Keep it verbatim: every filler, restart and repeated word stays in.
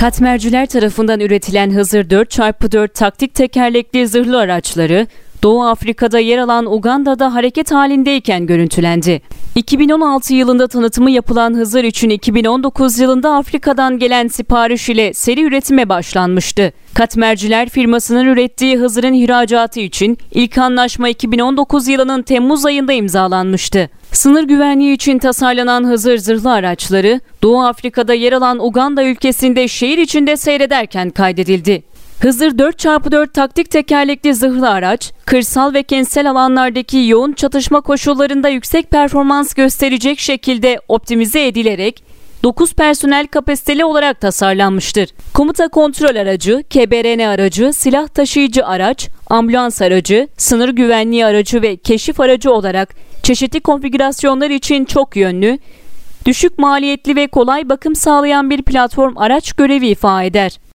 Katmerciler tarafından üretilen Hızır dört çarpı dört taktik tekerlekli zırhlı araçları, Doğu Afrika'da yer alan Uganda'da hareket halindeyken görüntülendi. iki bin on altı yılında tanıtımı yapılan Hızır üçün iki bin on dokuz yılında Afrika'dan gelen sipariş ile seri üretime başlanmıştı. Katmerciler firmasının ürettiği Hızır'ın ihracatı için ilk anlaşma iki bin on dokuz yılının Temmuz ayında imzalanmıştı. Sınır güvenliği için tasarlanan Hızır zırhlı araçları, Doğu Afrika'da yer alan Uganda ülkesinde şehir içinde seyrederken kaydedildi. Hızır dört çarpı dört taktik tekerlekli zırhlı araç, kırsal ve kentsel alanlardaki yoğun çatışma koşullarında yüksek performans gösterecek şekilde optimize edilerek dokuz personel kapasiteli olarak tasarlanmıştır. Komuta kontrol aracı, K B R N aracı, silah taşıyıcı araç, ambulans aracı, sınır güvenliği aracı ve keşif aracı olarak çeşitli konfigürasyonlar için çok yönlü, düşük maliyetli ve kolay bakım sağlayan bir platform araç görevi ifade eder.